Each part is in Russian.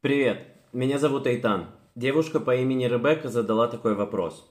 Привет, меня зовут Эйтан. Девушка по имени Ребекка задала такой вопрос.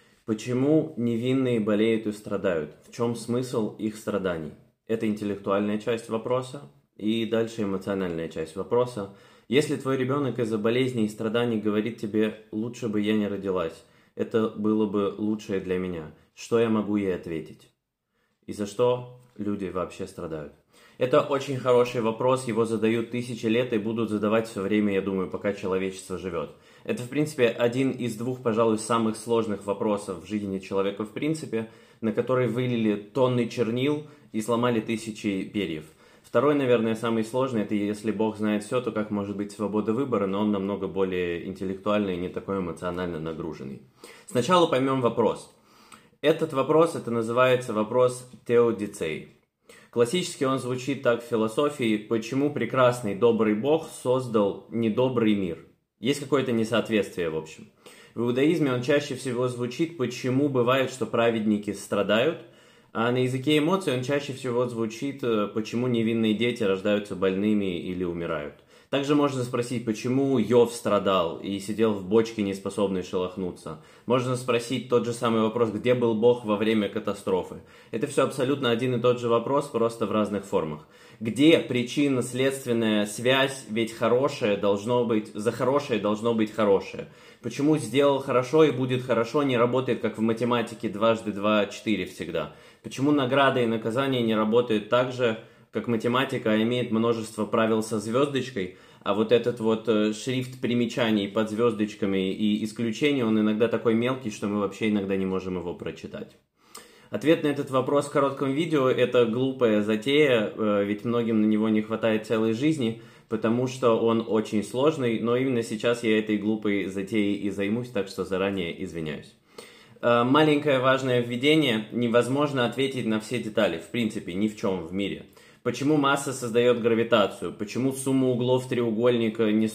Почему невинные болеют и страдают? В чем смысл их страданий? Это интеллектуальная часть вопроса. И дальше эмоциональная часть вопроса. Если твой ребенок из-за болезней и страданий говорит тебе «лучше бы я не родилась», это было бы лучшее для меня, что я могу ей ответить? И за что люди вообще страдают? Это очень хороший вопрос, его задают тысячи лет и будут задавать все время, я думаю, пока человечество живет. Это, в принципе, один из двух, пожалуй, самых сложных вопросов в жизни человека в принципе, на который вылили тонны чернил и сломали тысячи перьев. Второй, наверное, самый сложный, это если Бог знает все, то как может быть свобода выбора, но он намного более интеллектуальный и не такой эмоционально нагруженный. Сначала поймем вопрос. Этот вопрос, это называется вопрос теодицей. Классически он звучит так в философии, почему прекрасный, добрый Бог создал недобрый мир. Есть какое-то несоответствие, в общем. В иудаизме он чаще всего звучит, почему бывает, что праведники страдают, а на языке эмоций он чаще всего звучит, почему невинные дети рождаются больными или умирают. Также можно спросить, почему Йов страдал и сидел в бочке, не способный шелохнуться. Можно спросить тот же самый вопрос, где был Бог во время катастрофы. Это все абсолютно один и тот же вопрос, просто в разных формах. Где причинно-следственная связь, ведь хорошее должно быть, за хорошее должно быть хорошее. Почему сделал хорошо и будет хорошо не работает, как в математике, дважды два – 4 всегда. Почему награда и наказание не работают так же, как математика имеет множество правил со звездочкой, а вот этот вот шрифт примечаний под звездочками и исключений, он иногда такой мелкий, что мы вообще иногда не можем его прочитать. Ответ на этот вопрос в коротком видео – это глупая затея, ведь многим на него не хватает целой жизни, потому что он очень сложный, но именно сейчас я этой глупой затеей и займусь, так что заранее извиняюсь. Маленькое важное введение. Невозможно ответить на все детали, в принципе, ни в чем в мире. Почему масса создает гравитацию? Почему сумма углов треугольника не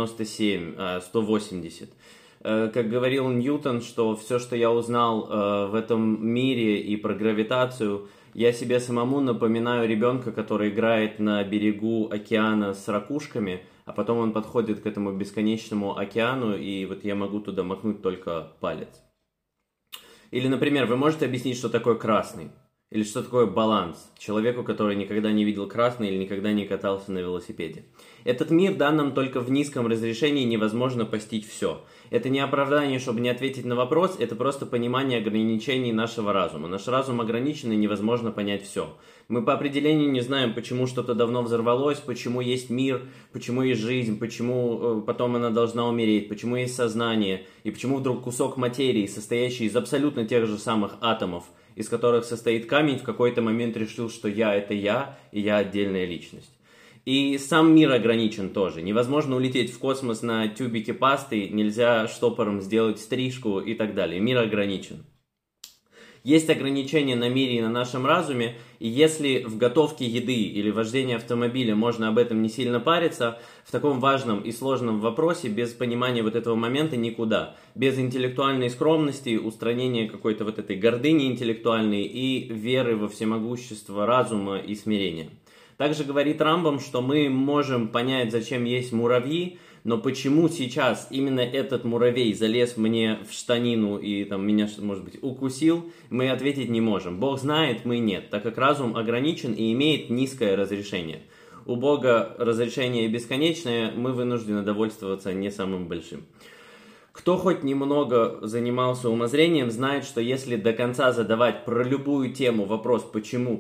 197, а 180? Как говорил Ньютон, что все, что я узнал в этом мире и про гравитацию, я себе самому напоминаю ребенка, который играет на берегу океана с ракушками, а потом он подходит к этому бесконечному океану, и вот я могу туда макнуть только палец. Или, например, вы можете объяснить, что такое красный? Или что такое баланс? Человеку, который никогда не видел красный или никогда не катался на велосипеде. Этот мир дан нам только в низком разрешении, невозможно постичь все. Это не оправдание, чтобы не ответить на вопрос, это просто понимание ограничений нашего разума. Наш разум ограничен и невозможно понять все. Мы по определению не знаем, почему что-то давно взорвалось, почему есть мир, почему есть жизнь, почему потом она должна умереть, почему есть сознание, и почему вдруг кусок материи, состоящий из абсолютно тех же самых атомов, из которых состоит камень, в какой-то момент решил, что я – это я, и я отдельная личность. И сам мир ограничен тоже. Невозможно улететь в космос на тюбике пасты, нельзя штопором сделать стрижку и так далее. Мир ограничен. Есть ограничения на мире и на нашем разуме, и если в готовке еды или вождении автомобиля можно об этом не сильно париться, в таком важном и сложном вопросе без понимания вот этого момента никуда. Без интеллектуальной скромности, устранения какой-то вот этой гордыни интеллектуальной и веры во всемогущество разума и смирения. Также говорит Рамбам, что мы можем понять, зачем есть муравьи, но почему сейчас именно этот муравей залез мне в штанину и там меня, может быть, укусил, мы ответить не можем. Бог знает, мы нет, так как разум ограничен и имеет низкое разрешение. У Бога разрешение бесконечное, мы вынуждены довольствоваться не самым большим. Кто хоть немного занимался умозрением, знает, что если до конца задавать про любую тему вопрос «почему?»,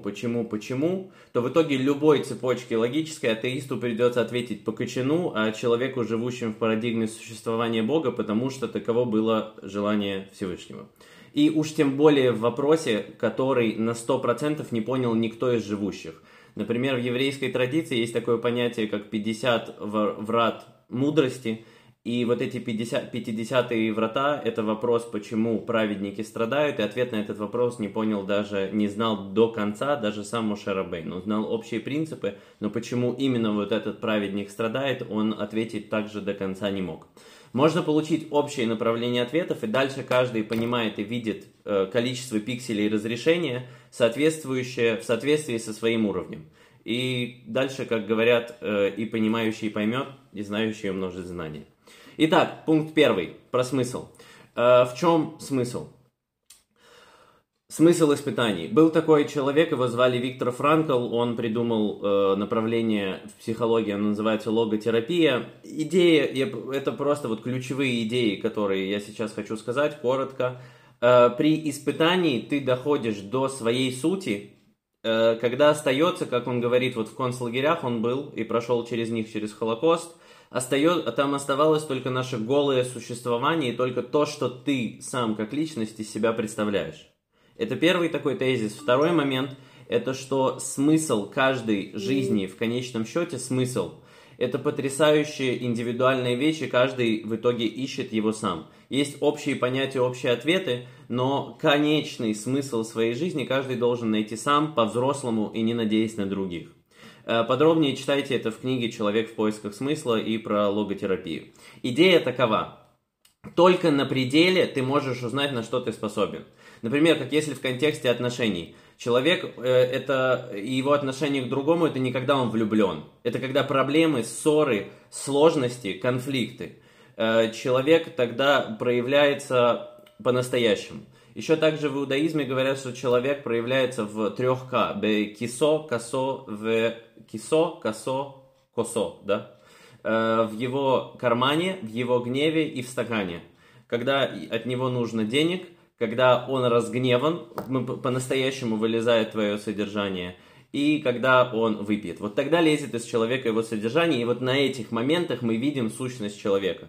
то в итоге любой цепочке логической атеисту придется ответить по кочану, а человеку, живущему в парадигме существования Бога, потому что таково было желание Всевышнего. И уж тем более в вопросе, который на 100% не понял никто из живущих. Например, в еврейской традиции есть такое понятие, как 50 врат мудрости. И вот эти 50-е врата – это вопрос, почему праведники страдают, и ответ на этот вопрос не понял даже, не знал до конца даже сам Моше Рабейну. Он знал общие принципы, но почему именно вот этот праведник страдает, он ответить также до конца не мог. Можно получить общее направление ответов, и дальше каждый понимает и видит количество пикселей разрешения, соответствующее в соответствии со своим уровнем. И дальше, как говорят, и понимающий поймет, и знающий умножит знания. Итак, пункт первый, про смысл. В чем смысл? Смысл испытаний. Был такой человек, его звали Виктор Франкл, он придумал направление в психологии, оно называется логотерапия. Идея, это просто вот ключевые идеи, которые я сейчас хочу сказать, коротко. При испытании ты доходишь до своей сути, когда остается, как он говорит, вот в концлагерях он был и прошел через них, через Холокост, там оставалось только наше голое существование и только то, что ты сам как личность из себя представляешь. Это первый такой тезис. Второй момент – это что смысл каждой жизни, в конечном счете смысл – это потрясающие индивидуальные вещи, каждый в итоге ищет его сам. Есть общие понятия, общие ответы, но конечный смысл своей жизни каждый должен найти сам, по-взрослому и не надеясь на других. Подробнее читайте это в книге «Человек в поисках смысла» и про логотерапию. Идея такова. Только на пределе ты можешь узнать, на что ты способен. Например, как если в контексте отношений. Человек, это его отношение к другому, это не когда он влюблен. Это когда проблемы, ссоры, сложности, конфликты. Человек тогда проявляется по-настоящему. Еще также в иудаизме говорят, что человек проявляется в 3К. Кисо, косо, в кисо, косо, косо, да? В его кармане, в его гневе и в стакане. Когда от него нужно денег, когда он разгневан, по-настоящему вылезает твое содержание, и когда он выпьет. Вот тогда лезет из человека его содержание, и вот на этих моментах мы видим сущность человека.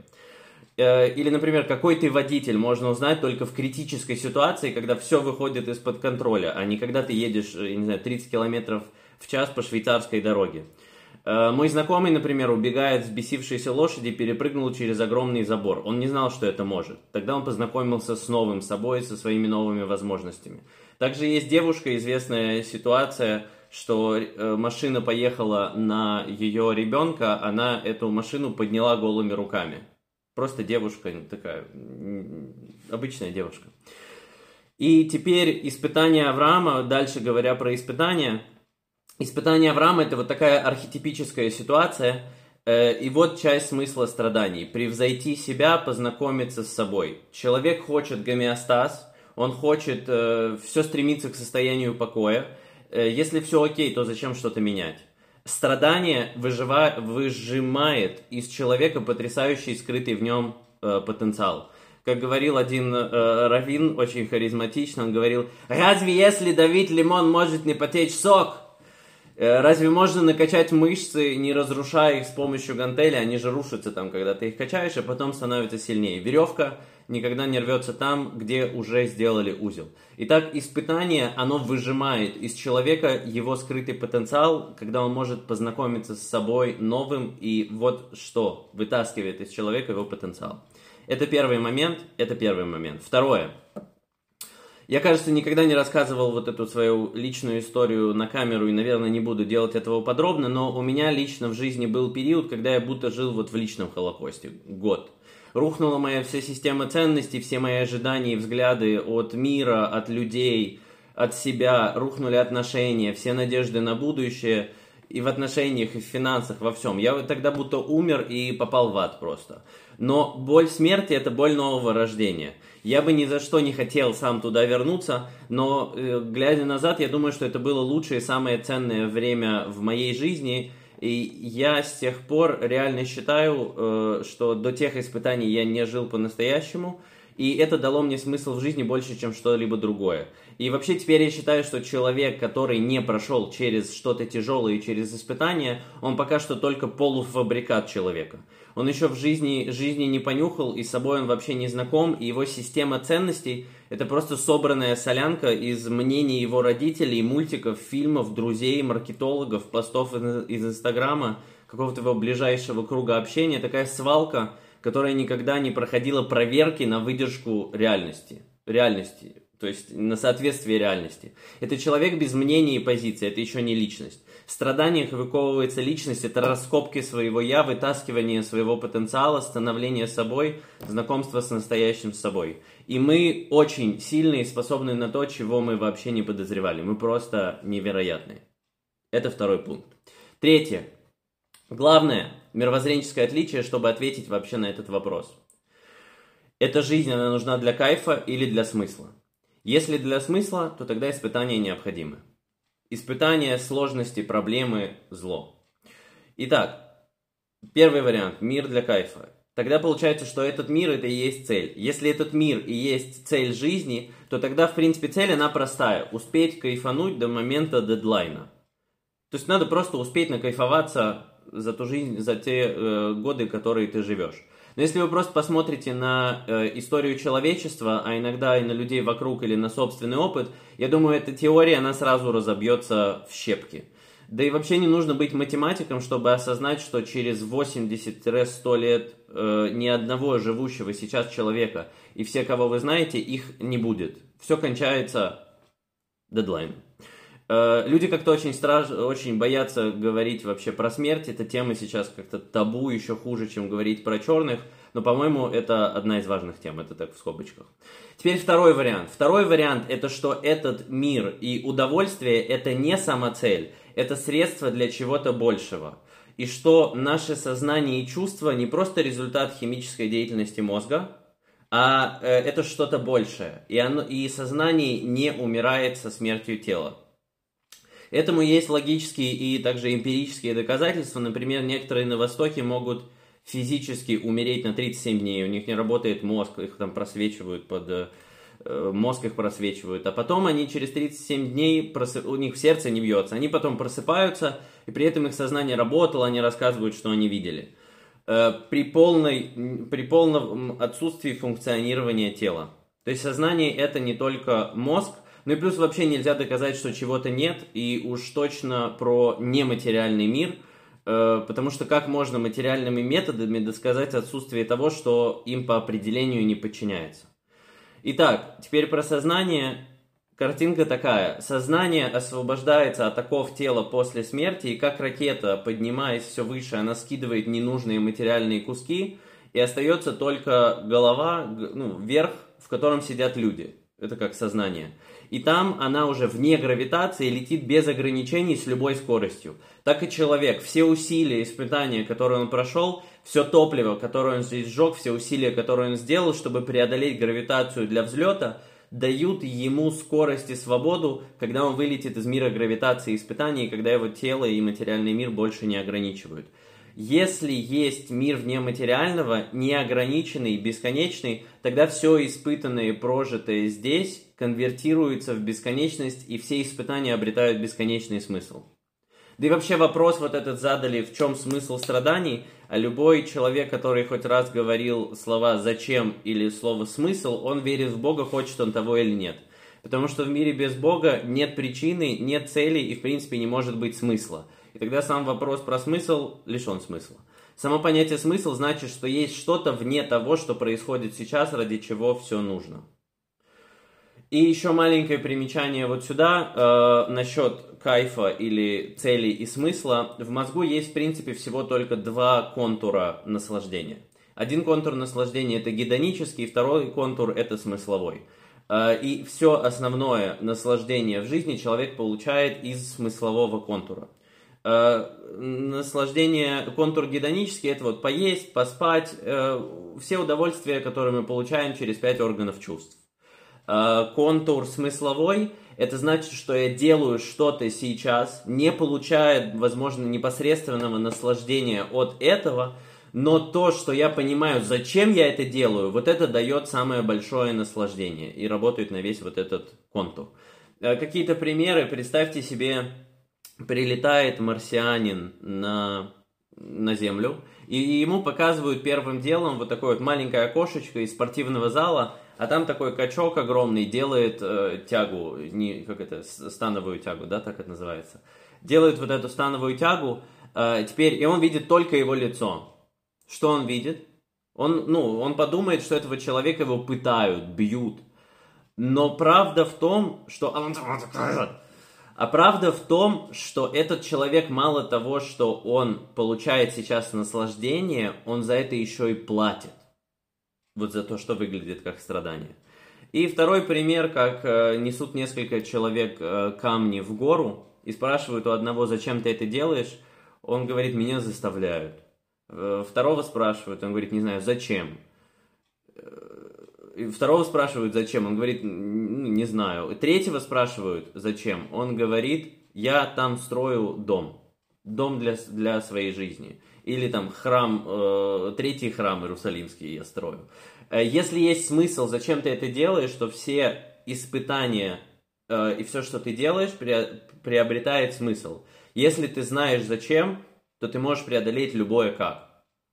Или, например, какой ты водитель можно узнать только в критической ситуации, когда все выходит из-под контроля, а не когда ты едешь, я не знаю, 30 км в час по швейцарской дороге. Мой знакомый, например, убегает с взбесившейся лошади, перепрыгнул через огромный забор. Он не знал, что это может. Тогда он познакомился с новым собой, со своими новыми возможностями. Также есть девушка, известная ситуация, что машина поехала на ее ребенка, она эту машину подняла голыми руками. Просто девушка такая, обычная девушка. И теперь испытание Авраама, дальше говоря про испытания. Испытание Авраама – это вот такая архетипическая ситуация, и вот часть смысла страданий. Превзойти себя, познакомиться с собой. Человек хочет гомеостаз, он хочет все стремиться к состоянию покоя. Если все окей, то зачем что-то менять? Страдание выжимает из человека потрясающий скрытый в нем потенциал. Как говорил один раввин, очень харизматично, он говорил: «Разве если давить лимон может не потечь сок? Разве можно накачать мышцы, не разрушая их с помощью гантели? Они же рушатся там, когда ты их качаешь, а потом становятся сильнее. Веревка никогда не рвется там, где уже сделали узел». Итак, испытание, оно выжимает из человека его скрытый потенциал, когда он может познакомиться с собой новым, и вот что вытаскивает из человека его потенциал. Это первый момент. Второе. Я, кажется, никогда не рассказывал вот эту свою личную историю на камеру и, наверное, не буду делать этого подробно, но у меня лично в жизни был период, когда я будто жил вот в личном холокосте. Год. Рухнула моя вся система ценностей, все мои ожидания и взгляды от мира, от людей, от себя. Рухнули отношения, все надежды на будущее и в отношениях, и в финансах, во всем. Я тогда будто умер и попал в ад просто. Но боль смерти – это боль нового рождения. Я бы ни за что не хотел сам туда вернуться, но, глядя назад, я думаю, что это было лучшее и самое ценное время в моей жизни. И я с тех пор реально считаю, что до тех испытаний я не жил по-настоящему. И это дало мне смысл в жизни больше, чем что-либо другое. И вообще теперь я считаю, что человек, который не прошел через что-то тяжелое и через испытания, он пока что только полуфабрикат человека. Он еще в жизни не понюхал, и с собой он вообще не знаком, и его система ценностей – это просто собранная солянка из мнений его родителей, мультиков, фильмов, друзей, маркетологов, постов из Инстаграма, какого-то его ближайшего круга общения, такая свалка, которая никогда не проходила проверки на выдержку реальности, то есть на соответствие реальности. Это человек без мнений и позиций, это еще не личность. В страданиях выковывается личность, это раскопки своего «я», вытаскивание своего потенциала, становление собой, знакомство с настоящим собой. И мы очень сильные и способны на то, чего мы вообще не подозревали. Мы просто невероятные. Это второй пункт. Третье. Главное мировоззренческое отличие, чтобы ответить вообще на этот вопрос. Эта жизнь, она нужна для кайфа или для смысла? Если для смысла, то тогда испытания необходимы. Испытания, сложности, проблемы, зло. Итак, первый вариант – мир для кайфа. Тогда получается, что этот мир – это и есть цель. Если этот мир и есть цель жизни, то тогда, в принципе, цель, она простая – успеть кайфануть до момента дедлайна. То есть надо просто успеть накайфоваться за ту жизнь, за те годы, которые ты живешь. Но если вы просто посмотрите на историю человечества, а иногда и на людей вокруг или на собственный опыт, я думаю, эта теория, она сразу разобьется в щепки. Да и вообще не нужно быть математиком, чтобы осознать, что через 80-100 лет ни одного живущего сейчас человека и все, кого вы знаете, их не будет. Все кончается дедлайном. Люди как-то очень боятся говорить вообще про смерть. Эта тема сейчас как-то табу, еще хуже, чем говорить про черных. Но, по-моему, это одна из важных тем, это так в скобочках. Теперь второй вариант. Второй вариант – это что этот мир и удовольствие – это не самоцель, это средство для чего-то большего. И что наше сознание и чувства не просто результат химической деятельности мозга, а это что-то большее. И сознание не умирает со смертью тела. Этому есть логические и также эмпирические доказательства. Например, некоторые на Востоке могут физически умереть на 37 дней. У них не работает мозг, их там просвечивают мозг их просвечивают. А потом они через 37 дней, у них сердце не бьется. Они потом просыпаются, и при этом их сознание работало, они рассказывают, что они видели. При полном отсутствии функционирования тела. То есть сознание это не только мозг, ну и плюс вообще нельзя доказать, что чего-то нет, и уж точно про нематериальный мир, потому что как можно материальными методами досказать отсутствие того, что им по определению не подчиняется. Итак, теперь про сознание. Картинка такая. Сознание освобождается от оков тела после смерти, и как ракета, поднимаясь все выше, она скидывает ненужные материальные куски, и остается только голова, верх, в котором сидят люди. Это как сознание. И там она уже вне гравитации летит без ограничений с любой скоростью. Так и человек. Все усилия, испытания, которые он прошел, все топливо, которое он здесь сжег, все усилия, которые он сделал, чтобы преодолеть гравитацию для взлета, дают ему скорость и свободу, когда он вылетит из мира гравитации и испытаний, когда его тело и материальный мир больше не ограничивают. Если есть мир вне материального, неограниченный, бесконечный, тогда все испытанное и прожитое здесь конвертируется в бесконечность, и все испытания обретают бесконечный смысл. Да и вообще вопрос вот этот задали, в чем смысл страданий, а любой человек, который хоть раз говорил слова «зачем» или слово «смысл», он верит в Бога, хочет он того или нет. Потому что в мире без Бога нет причины, нет цели и в принципе не может быть смысла. И тогда сам вопрос про смысл лишен смысла. Само понятие смысл значит, что есть что-то вне того, что происходит сейчас, ради чего все нужно. И еще маленькое примечание вот сюда, насчет кайфа или цели и смысла. В мозгу есть в принципе всего только два контура наслаждения. Один контур наслаждения это гедонический, второй контур это смысловой. И все основное наслаждение в жизни человек получает из смыслового контура. Наслаждение, контур гедонический, это вот поесть, поспать, все удовольствия, которые мы получаем через 5 органов чувств. Контур смысловой, это значит, что я делаю что-то сейчас, не получая, возможно, непосредственного наслаждения от этого, но то, что я понимаю, зачем я это делаю, вот это дает самое большое наслаждение и работает на весь вот этот контур. Какие-то примеры, представьте себе, прилетает марсианин на Землю, и ему показывают первым делом вот такое вот маленькое окошечко из спортивного зала, а там такой качок огромный делает тягу, становую тягу, да, так это называется. Делает вот эту становую тягу, теперь, и он видит только его лицо. Что он видит? Он подумает, что этого человека его пытают, бьют. Но правда в том, что... А правда в том, что этот человек мало того, что он получает сейчас наслаждение, он за это еще и платит. Вот за то, что выглядит как страдание. И второй пример, как несут несколько человек камни в гору, и спрашивают у одного, зачем ты это делаешь, он говорит, меня заставляют. Второго спрашивают, он говорит, не знаю, зачем. Второго спрашивают, зачем, он говорит, не знаю. Третьего спрашивают, зачем, он говорит, я там строю дом для своей жизни. Или там храм, третий храм Иерусалимский я строю. Если есть смысл, зачем ты это делаешь, то все испытания и все, что ты делаешь, приобретает смысл. Если ты знаешь зачем, то ты можешь преодолеть любое как.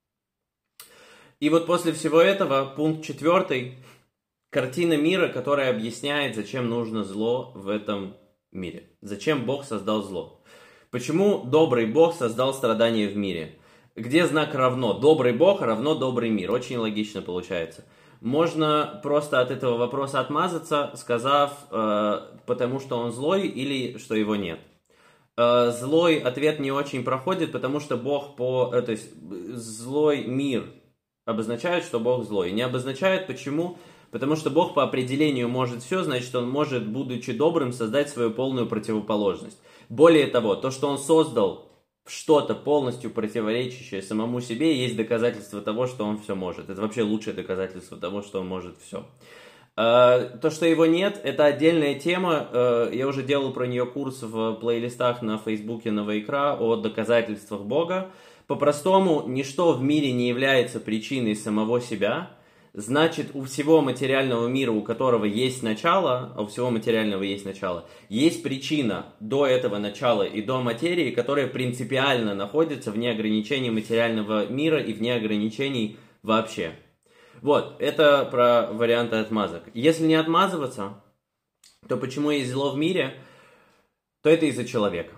И вот после всего этого, пункт 4, картина мира, которая объясняет, зачем нужно зло в этом мире. Зачем Бог создал зло. Почему добрый Бог создал страдания в мире? Где знак равно? Добрый Бог равно добрый мир. Очень логично получается. Можно просто от этого вопроса отмазаться, сказав, потому что он злой или что его нет. Злой ответ не очень проходит, потому что Бог то есть злой мир обозначает, что Бог злой. Не обозначает почему? Потому что Бог по определению может все, значит, Он может, будучи добрым, создать свою полную противоположность. Более того, то, что Он создал что-то полностью противоречащее самому себе, есть доказательство того, что Он все может. Это вообще лучшее доказательство того, что Он может все. То, что его нет, это отдельная тема. Я уже делал про нее курс в плейлистах на Фейсбуке Новоикра о доказательствах Бога. По-простому, ничто в мире не является причиной самого себя. Значит, у всего материального мира, у которого есть начало, а у всего материального есть начало, есть причина до этого начала и до материи, которая принципиально находится вне ограничений материального мира и вне ограничений вообще. Вот, это про варианты отмазок. Если не отмазываться, то почему есть зло в мире, то это из-за человека.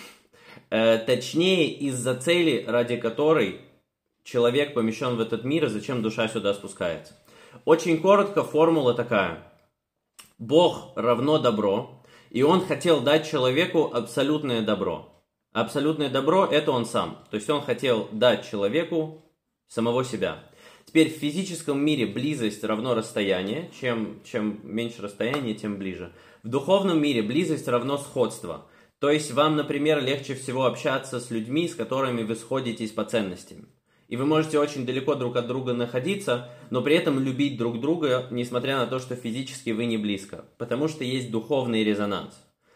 Точнее, из-за цели, ради которой человек помещен в этот мир, и зачем душа сюда спускается. Очень коротко, формула такая. Бог равно добро, и Он хотел дать человеку абсолютное добро. Абсолютное добро – это Он сам. То есть Он хотел дать человеку самого себя. Теперь в физическом мире близость равно расстояние. Чем меньше расстояние, тем ближе. В духовном мире близость равно сходство. То есть вам, например, легче всего общаться с людьми, с которыми вы сходитесь по ценностям. И вы можете очень далеко друг от друга находиться, но при этом любить друг друга, несмотря на то, что физически вы не близко. Потому что есть духовный резонанс.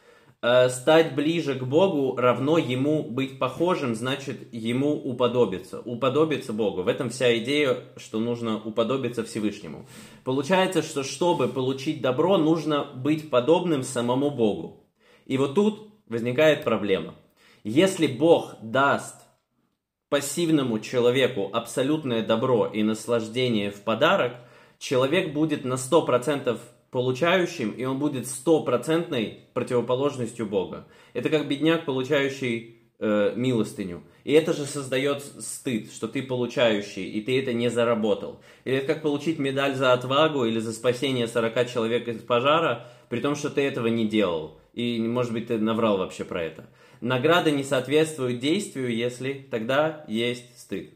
Стать ближе к Богу равно Ему быть похожим, значит Ему уподобиться. Уподобиться Богу. В этом вся идея, что нужно уподобиться Всевышнему. Получается, что чтобы получить добро, нужно быть подобным самому Богу. И вот тут возникает проблема. Если Бог даст пассивному человеку абсолютное добро и наслаждение в подарок, человек будет на 100% получающим, и он будет 100% противоположностью Бога. Это как бедняк, получающий милостыню. И это же создает стыд, что ты получающий, и ты это не заработал. Или это как получить медаль за отвагу или за спасение 40 человек из пожара, при том, что ты этого не делал. И, может быть, ты наврал вообще про это. Награда не соответствует действию, если тогда есть стыд.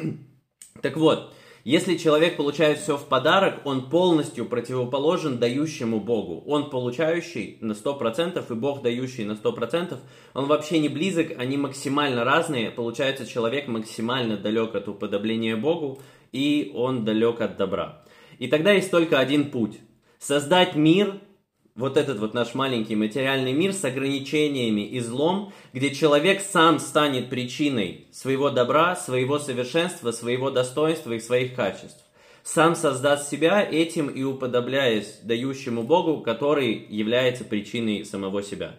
Так вот, если человек получает все в подарок, он полностью противоположен дающему Богу. Он получающий на 100%, и Бог дающий на 100%. Он вообще не близок, они максимально разные. Получается, человек максимально далек от уподобления Богу, и он далек от добра. И тогда есть только один путь. Создать мир, вот этот вот наш маленький материальный мир с ограничениями и злом, где человек сам станет причиной своего добра, своего совершенства, своего достоинства и своих качеств. Сам создаст себя этим и уподобляясь дающему Богу, который является причиной самого себя.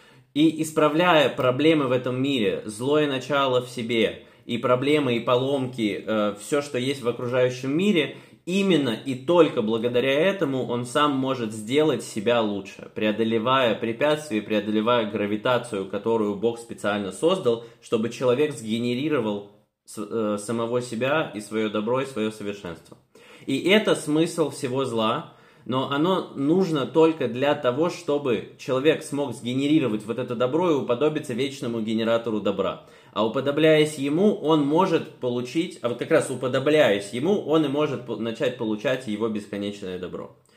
И исправляя проблемы в этом мире, злое начало в себе, и проблемы, и поломки, все, что есть в окружающем мире, именно и только благодаря этому он сам может сделать себя лучше, преодолевая препятствия, преодолевая гравитацию, которую Бог специально создал, чтобы человек сгенерировал самого себя и свое добро, и свое совершенство. И это смысл всего зла, но оно нужно только для того, чтобы человек смог сгенерировать вот это добро и уподобиться вечному генератору добра. А уподобляясь ему, он может получить, а вот как раз уподобляясь ему, он и может начать получать его бесконечное добро.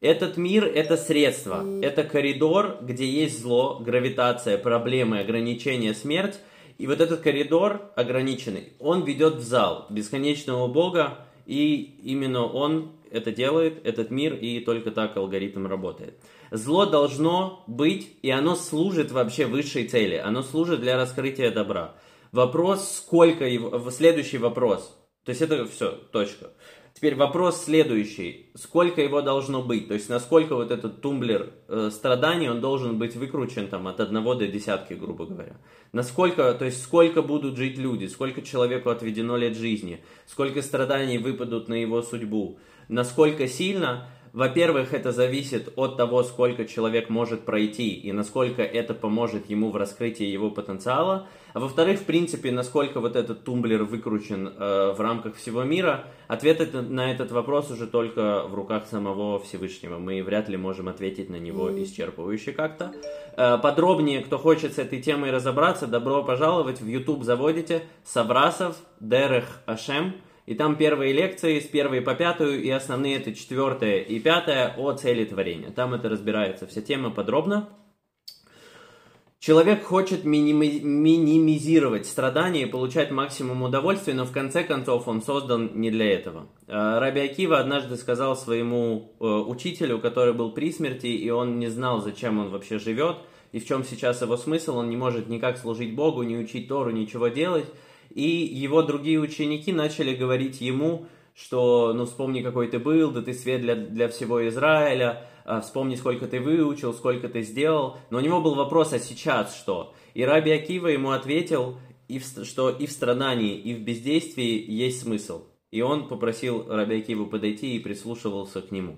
Этот мир – это средство, это коридор, где есть зло, гравитация, проблемы, ограничения, смерть. И вот этот коридор ограниченный, он ведет в зал бесконечного Бога, и именно он это делает, этот мир, и только так алгоритм работает. Зло должно быть, и оно служит вообще высшей цели, оно служит для раскрытия добра. Вопрос, сколько его... Следующий вопрос. То есть это все, точка. Теперь вопрос следующий. Сколько его должно быть? То есть насколько вот этот тумблер страданий, он должен быть выкручен там от 1 до десятки, грубо говоря. Насколько, то есть сколько будут жить люди, сколько человеку отведено лет жизни, сколько страданий выпадут на его судьбу. Насколько сильно... Во-первых, это зависит от того, сколько человек может пройти и насколько это поможет ему в раскрытии его потенциала. А во-вторых, в принципе, насколько вот этот тумблер выкручен в рамках всего мира. Ответ на этот вопрос уже только в руках самого Всевышнего. Мы вряд ли можем ответить на него исчерпывающе как-то. Подробнее, кто хочет с этой темой разобраться, добро пожаловать. В YouTube заводите Саврасов Дерех Ашем. И там первые лекции с 1 по 5, и основные это 4 и 5 о цели творения. Там это разбирается вся тема подробно. Человек хочет минимизировать страдания и получать максимум удовольствия, но в конце концов он создан не для этого. Раби Акива однажды сказал своему учителю, который был при смерти, и он не знал, зачем он вообще живет, и в чем сейчас его смысл, он не может никак служить Богу, не учить Тору, ничего делать. И его другие ученики начали говорить ему, что ну вспомни, какой ты был, да ты свет для всего Израиля, вспомни, сколько ты выучил, сколько ты сделал. Но у него был вопрос, а сейчас что? И Раби Акива ему ответил, что и в страдании, и в бездействии есть смысл. И он попросил Раби Акиву подойти и прислушивался к нему.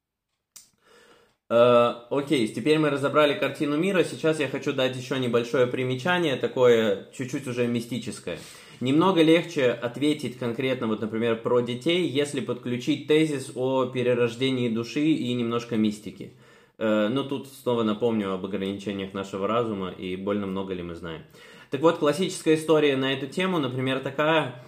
Окей, теперь мы разобрали картину мира, сейчас я хочу дать еще небольшое примечание, такое чуть-чуть уже мистическое. Немного легче ответить конкретно, вот, например, про детей, если подключить тезис о перерождении души и немножко мистики. Но тут снова напомню об ограничениях нашего разума и больно много ли мы знаем. Так вот, классическая история на эту тему, например, такая,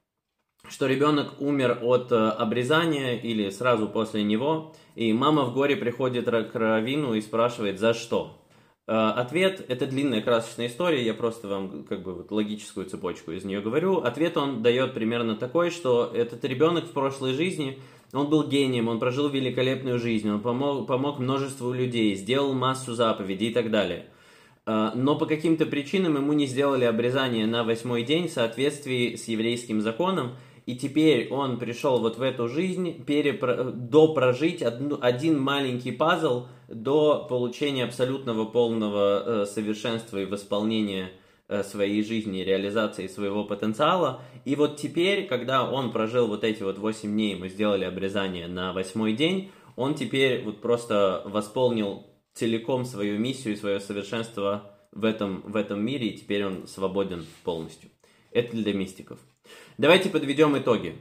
что ребенок умер от обрезания или сразу после него, и мама в горе приходит к раввину и спрашивает, за что? Ответ, это длинная красочная история, я просто вам как бы вот логическую цепочку из нее говорю. Ответ он дает примерно такой, что этот ребенок в прошлой жизни, он был гением, он прожил великолепную жизнь, он помог множеству людей, сделал массу заповедей и так далее. Но по каким-то причинам ему не сделали обрезание на 8-й день в соответствии с еврейским законом, и теперь он пришел вот в эту жизнь допрожить один маленький пазл до получения абсолютного полного совершенства и восполнения своей жизни, реализации своего потенциала. И вот теперь, когда он прожил вот эти вот 8 дней, мы сделали обрезание на 8-й день, он теперь вот просто восполнил целиком свою миссию и свое совершенство в этом мире, и теперь он свободен полностью. Это для мистиков. Давайте подведем итоги.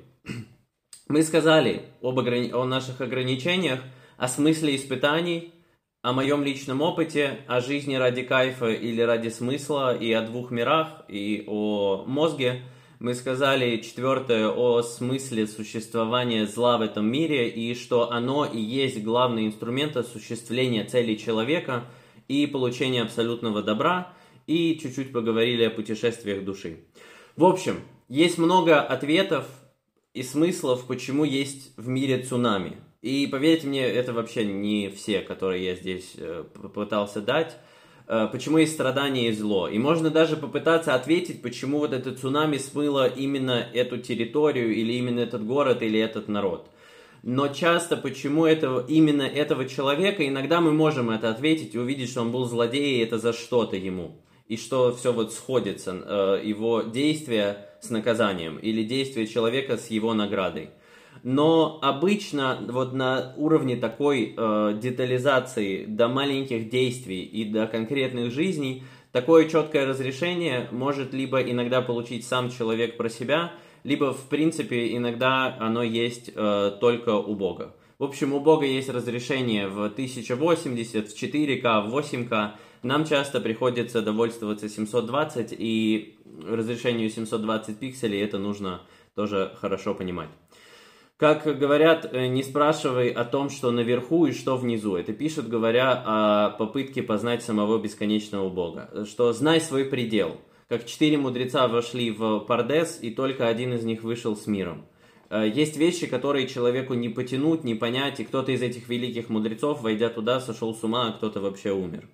Мы сказали о наших ограничениях, о смысле испытаний, о моем личном опыте, о жизни ради кайфа или ради смысла, и о 2 мирах, и о мозге. Мы сказали 4 о смысле существования зла в этом мире, и что оно и есть главный инструмент осуществления целей человека и получения абсолютного добра, и чуть-чуть поговорили о путешествиях души. В общем, есть много ответов и смыслов, почему есть в мире цунами. И поверьте мне, это вообще не все, которые я здесь попытался дать. Почему есть страдания и зло. И можно даже попытаться ответить, почему вот это цунами смыло именно эту территорию, или именно этот город, или этот народ. Но часто, почему именно этого человека, иногда мы можем это ответить и увидеть, что он был злодей, и это за что-то ему. И что все вот сходится, его действия с наказанием, или действия человека с его наградой. Но обычно вот на уровне такой детализации до маленьких действий и до конкретных жизней такое четкое разрешение может либо иногда получить сам человек про себя, либо в принципе иногда оно есть только у Бога. В общем, у Бога есть разрешение в 1080, в 4К, в 8К. Нам часто приходится довольствоваться 720, и разрешению 720 пикселей это нужно тоже хорошо понимать. Как говорят, не спрашивай о том, что наверху и что внизу. Это пишут, говоря о попытке познать самого бесконечного Бога. Что знай свой предел. Как 4 мудреца вошли в Пардес, и только один из них вышел с миром. Есть вещи, которые человеку не потянуть, не понять, и кто-то из этих великих мудрецов, войдя туда, сошел с ума, а кто-то вообще умер.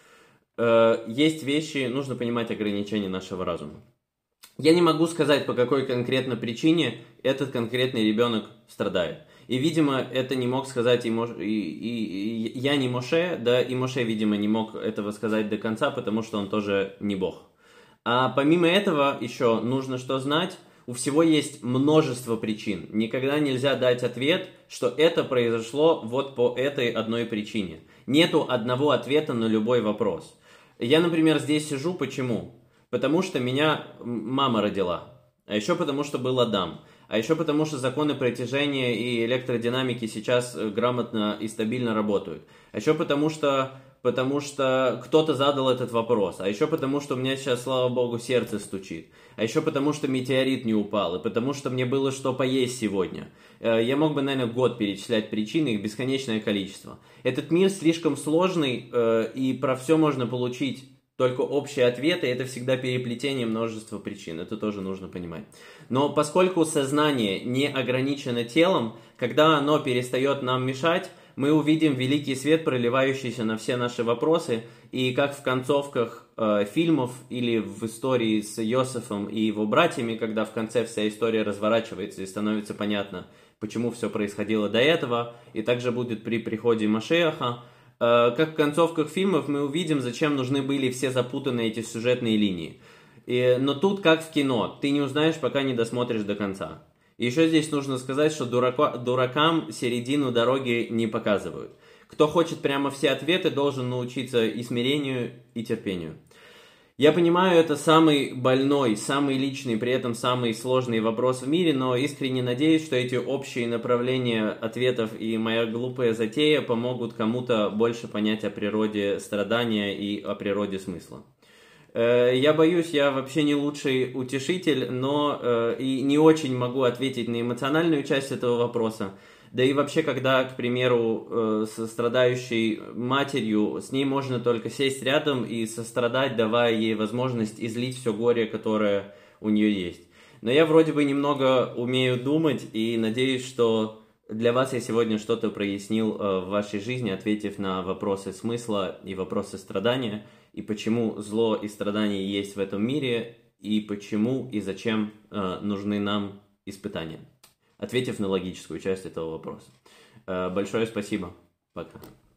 Есть вещи, нужно понимать ограничения нашего разума. Я не могу сказать, по какой конкретно причине этот конкретный ребенок страдает. И, видимо, это не мог сказать я не Моше, да, и Моше, видимо, не мог этого сказать до конца, потому что он тоже не Бог. А помимо этого еще нужно что знать? У всего есть множество причин. Никогда нельзя дать ответ, что это произошло вот по этой одной причине. Нету одного ответа на любой вопрос. Я, например, здесь сижу, почему? Потому что меня мама родила. А еще потому, что был Адам. А еще потому, что законы притяжения и электродинамики сейчас грамотно и стабильно работают. А еще потому что кто-то задал этот вопрос. А еще потому, что у меня сейчас, слава богу, сердце стучит. А еще потому, что метеорит не упал. И потому, что мне было что поесть сегодня. Я мог бы, наверное, год перечислять причины, их бесконечное количество. Этот мир слишком сложный, и про все можно получить только общие ответы, это всегда переплетение множества причин, это тоже нужно понимать. Но поскольку сознание не ограничено телом, когда оно перестает нам мешать, мы увидим великий свет, проливающийся на все наши вопросы, и как в концовках фильмов или в истории с Йосефом и его братьями, когда в конце вся история разворачивается и становится понятно, почему все происходило до этого, и также будет при приходе Машиаха. Как в концовках фильмов мы увидим, зачем нужны были все запутанные эти сюжетные линии. Но тут, как в кино, ты не узнаешь, пока не досмотришь до конца. И еще здесь нужно сказать, что дуракам середину дороги не показывают. Кто хочет прямо все ответы, должен научиться и смирению, и терпению. Я понимаю, это самый больной, самый личный, при этом самый сложный вопрос в мире, но искренне надеюсь, что эти общие направления ответов и моя глупая затея помогут кому-то больше понять о природе страдания и о природе смысла. Я боюсь, я вообще не лучший утешитель, но и не очень могу ответить на эмоциональную часть этого вопроса. Да и вообще, когда, к примеру, со страдающей матерью, с ней можно только сесть рядом и сострадать, давая ей возможность излить все горе, которое у нее есть. Но я вроде бы немного умею думать и надеюсь, что для вас я сегодня что-то прояснил в вашей жизни, ответив на вопросы смысла и вопросы страдания, и почему зло и страдания есть в этом мире, и почему и зачем нужны нам испытания. Ответив на логическую часть этого вопроса. Большое спасибо. Пока.